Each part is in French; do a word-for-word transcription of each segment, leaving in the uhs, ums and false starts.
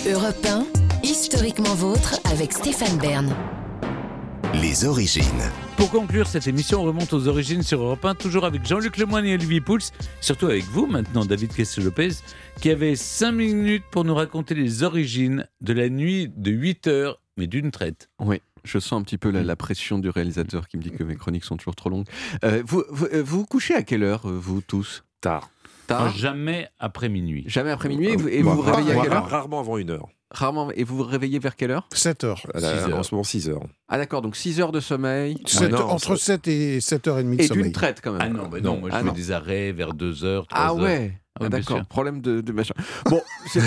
Europe un, historiquement vôtre avec Stéphane Bern. Les origines. Pour conclure cette émission, on remonte aux origines sur Europe un, toujours avec Jean-Luc Lemoyne et Olivier Pouls, surtout avec vous maintenant, David Kessel-Lopez, qui avait cinq minutes pour nous raconter les origines de la nuit de huit heures, mais d'une traite. Oui. Je sens un petit peu la, la pression du réalisateur qui me dit que mes chroniques sont toujours trop longues. Euh, vous, vous, vous vous couchez à quelle heure, vous tous ? Tard. Tard ? Jamais après minuit. Jamais après minuit. Et vous, et Moi, vous vous réveillez moi, à quelle heure ? Rarement avant une heure. Rarement. Et vous vous réveillez vers quelle heure ? sept heures. À la- Six heures. En ce moment, six heures. Ah d'accord, donc six heures de sommeil. Sept- non, entre ça- sept et sept heures trente de Et sommeil. d'une traite quand même. Ah non, bah non, moi je Ah fais non. des arrêts vers deux heures, trois Ah heures. ouais, Ah oui, ah, bien d'accord, sûr. problème de, de machin. Bon, c'est-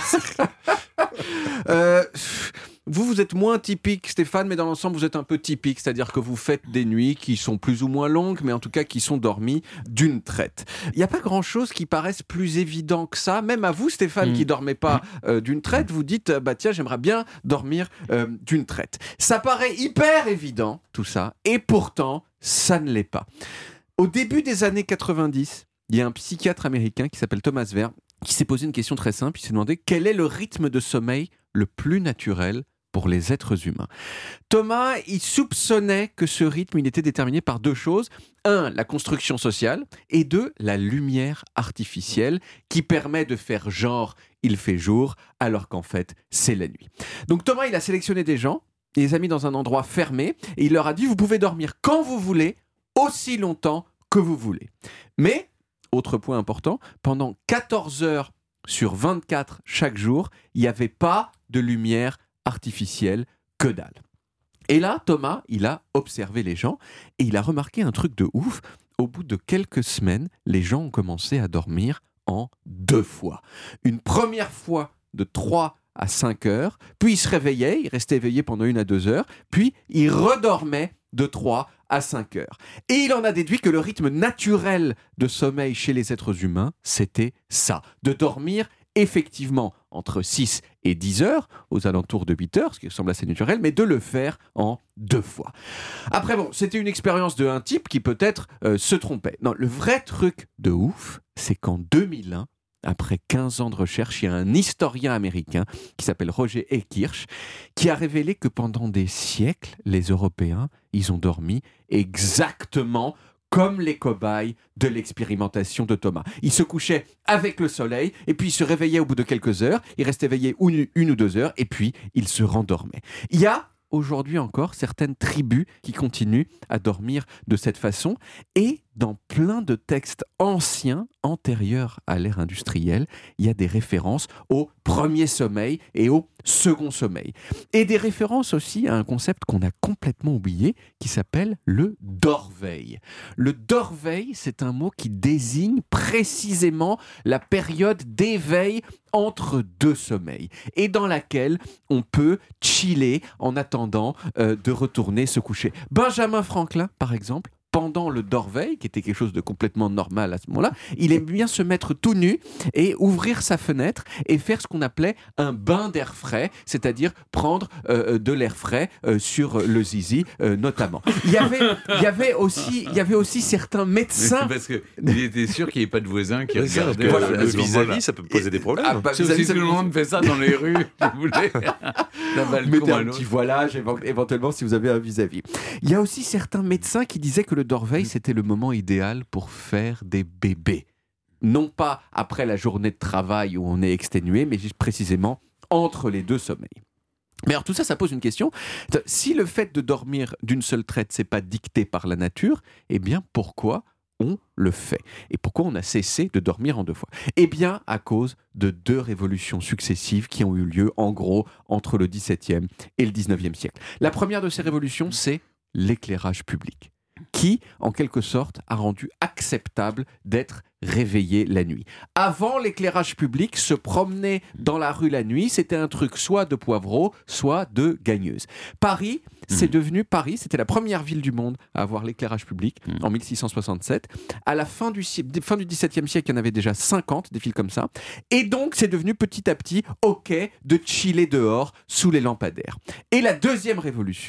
Euh, vous, vous êtes moins typique, Stéphane, mais dans l'ensemble, vous êtes un peu typique, c'est-à-dire que vous faites des nuits qui sont plus ou moins longues, mais en tout cas qui sont dormies d'une traite. Il n'y a pas grand-chose qui paraisse plus évident que ça, même à vous, Stéphane, Mm. qui dormez pas euh, d'une traite, vous dites, euh, bah tiens, j'aimerais bien dormir euh, d'une traite. Ça paraît hyper évident, tout ça, et pourtant, ça ne l'est pas. Au début des années quatre-vingt-dix, il y a un psychiatre américain qui s'appelle Thomas Ver qui s'est posé une question très simple. Il s'est demandé quel est le rythme de sommeil le plus naturel pour les êtres humains. Thomas, il soupçonnait que ce rythme, il était déterminé par deux choses. Un, la construction sociale, et deux, la lumière artificielle qui permet de faire genre il fait jour alors qu'en fait c'est la nuit. Donc Thomas, il a sélectionné des gens, il les a mis dans un endroit fermé et il leur a dit vous pouvez dormir quand vous voulez, aussi longtemps que vous voulez. Mais autre point important, pendant quatorze heures sur vingt-quatre chaque jour, il n'y avait pas de lumière artificielle, que dalle. Et là, Thomas, il a observé les gens et il a remarqué un truc de ouf. Au bout de quelques semaines, les gens ont commencé à dormir en deux fois. Une première fois de trois à cinq heures, puis il se réveillait, il restait éveillé pendant une à deux heures, puis il redormait de trois à cinq heures. Et il en a déduit que le rythme naturel de sommeil chez les êtres humains, c'était ça, de dormir effectivement entre six et dix heures, aux alentours de huit heures, ce qui semble assez naturel, mais de le faire en deux fois. Après, bon, c'était une expérience de un type qui peut-être euh, se trompait. Non, le vrai truc de ouf, c'est qu'en deux mille un, après quinze ans de recherche, il y a un historien américain qui s'appelle Roger E. Kirsch qui a révélé que pendant des siècles, les Européens, ils ont dormi exactement comme les cobayes de l'expérimentation de Thomas. Ils se couchaient avec le soleil et puis ils se réveillaient au bout de quelques heures, ils restaient éveillés une, une ou deux heures et puis ils se rendormaient. Il y a aujourd'hui encore certaines tribus qui continuent à dormir de cette façon et dans plein de textes anciens, antérieurs à l'ère industrielle, il y a des références au premier sommeil et au second sommeil. Et des références aussi à un concept qu'on a complètement oublié qui s'appelle le dorveil. Le dorveil, c'est un mot qui désigne précisément la période d'éveil entre deux sommeils et dans laquelle on peut chiller en attendant euh, de retourner se coucher. Benjamin Franklin, par exemple, pendant le dorveil, qui était quelque chose de complètement normal à ce moment-là, il aime bien se mettre tout nu et ouvrir sa fenêtre et faire ce qu'on appelait un bain d'air frais, c'est-à-dire prendre euh, de l'air frais euh, sur le zizi euh, notamment. Il y avait, il y avait aussi, il y avait aussi certains médecins. Parce qu'il était sûr qu'il n'y ait pas de voisins qui Mais ça, regardaient. parce que à le ce moment-là. vis-à-vis, ça peut poser des problèmes. Ah, bah, C'est vis-à-vis, aussi ça tout le peut- monde fait ça dans les rues, si vous voulez. D'un balcon Mettez à un l'autre. petit voilage éve- éventuellement si vous avez un vis-à-vis. Il y a aussi certains médecins qui disaient que le dorveil c'était le moment idéal pour faire des bébés. Non pas après la journée de travail où on est exténué, mais juste précisément entre les deux sommeils. Mais alors tout ça, ça pose une question. Si le fait de dormir d'une seule traite, c'est pas dicté par la nature, eh bien pourquoi on le fait? Et pourquoi on a cessé de dormir en deux fois? Eh bien à cause de deux révolutions successives qui ont eu lieu en gros entre le dix-septième et le dix-neuvième siècle. La première de ces révolutions, c'est l'éclairage public, qui, en quelque sorte, a rendu acceptable d'être réveillé la nuit. Avant l'éclairage public, se promener dans la rue la nuit, c'était un truc soit de poivreau, soit de gagneuse. Paris, c'est Mmh. devenu Paris, c'était la première ville du monde à avoir l'éclairage public Mmh. en mille six cent soixante-sept. À la fin du, si- fin du dix-septième siècle, il y en avait déjà cinquante, des villes comme ça. Et donc, c'est devenu petit à petit OK de chiller dehors sous les lampadaires. Et la deuxième révolution,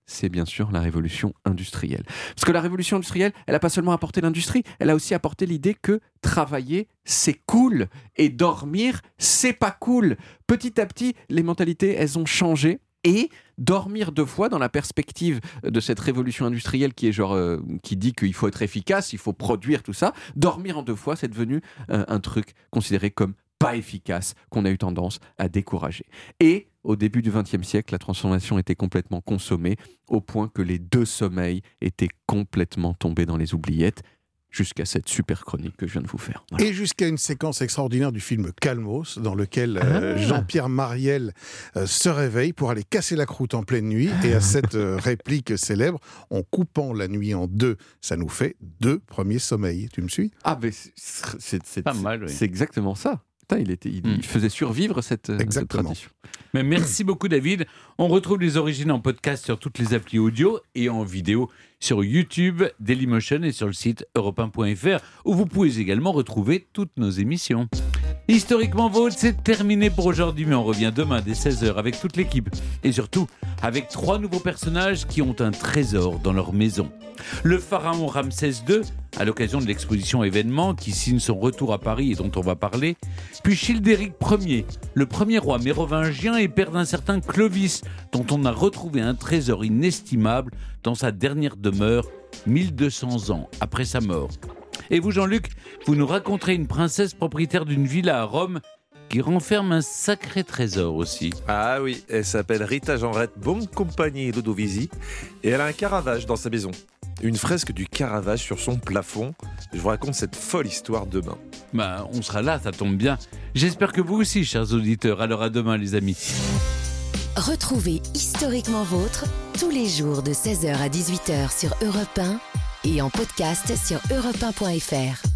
c'est bien sûr la révolution industrielle. Parce que la révolution industrielle, elle n'a pas seulement apporté l'industrie, elle a aussi apporté l'idée que travailler, c'est cool, et dormir, c'est pas cool. Petit à petit, les mentalités, elles ont changé. Et dormir deux fois dans la perspective de cette révolution industrielle qui est genre euh, qui dit qu'il faut être efficace, il faut produire tout ça, dormir en deux fois, c'est devenu euh, un truc considéré comme pas efficace, qu'on a eu tendance à décourager. Et au début du vingtième siècle, la transformation était complètement consommée au point que les deux sommeils étaient complètement tombés dans les oubliettes. Jusqu'à cette super chronique que je viens de vous faire. Voilà. Et jusqu'à une séquence extraordinaire du film Calmos, dans lequel euh, ah. Jean-Pierre Mariel euh, se réveille pour aller casser la croûte en pleine nuit, et à cette euh, réplique célèbre, en coupant la nuit en deux, ça nous fait deux premiers sommeils. Tu me suis ? Ah, mais c'est, c'est, c'est, pas mal, oui. C'est exactement ça. Putain, il, était, il, mm. il faisait survivre cette, cette tradition. Mais merci beaucoup, David. On retrouve les origines en podcast sur toutes les applis audio et en vidéo sur YouTube, Dailymotion et sur le site europe un point f r où vous pouvez également retrouver toutes nos émissions. Historiquement Vôtre, c'est terminé pour aujourd'hui, mais on revient demain dès seize heures avec toute l'équipe et surtout avec trois nouveaux personnages qui ont un trésor dans leur maison. Le pharaon Ramsès deux, à l'occasion de l'exposition événement qui signe son retour à Paris et dont on va parler, puis Childéric Ier, le premier roi mérovingien et père d'un certain Clovis, dont on a retrouvé un trésor inestimable dans sa dernière demeure, mille deux cents ans après sa mort. Et vous, Jean-Luc, vous nous raconterez une princesse propriétaire d'une villa à Rome qui renferme un sacré trésor aussi. Ah oui, elle s'appelle Rita Jeanrette Boncompagni Ludovisi et elle a un Caravage dans sa maison. Une fresque du Caravage sur son plafond. Je vous raconte cette folle histoire demain. Bah, on sera là, ça tombe bien. J'espère que vous aussi, chers auditeurs. Alors à demain, les amis. Retrouvez Historiquement Vôtre tous les jours de seize heures à dix-huit heures sur Europe un et en podcast sur europe un point f r.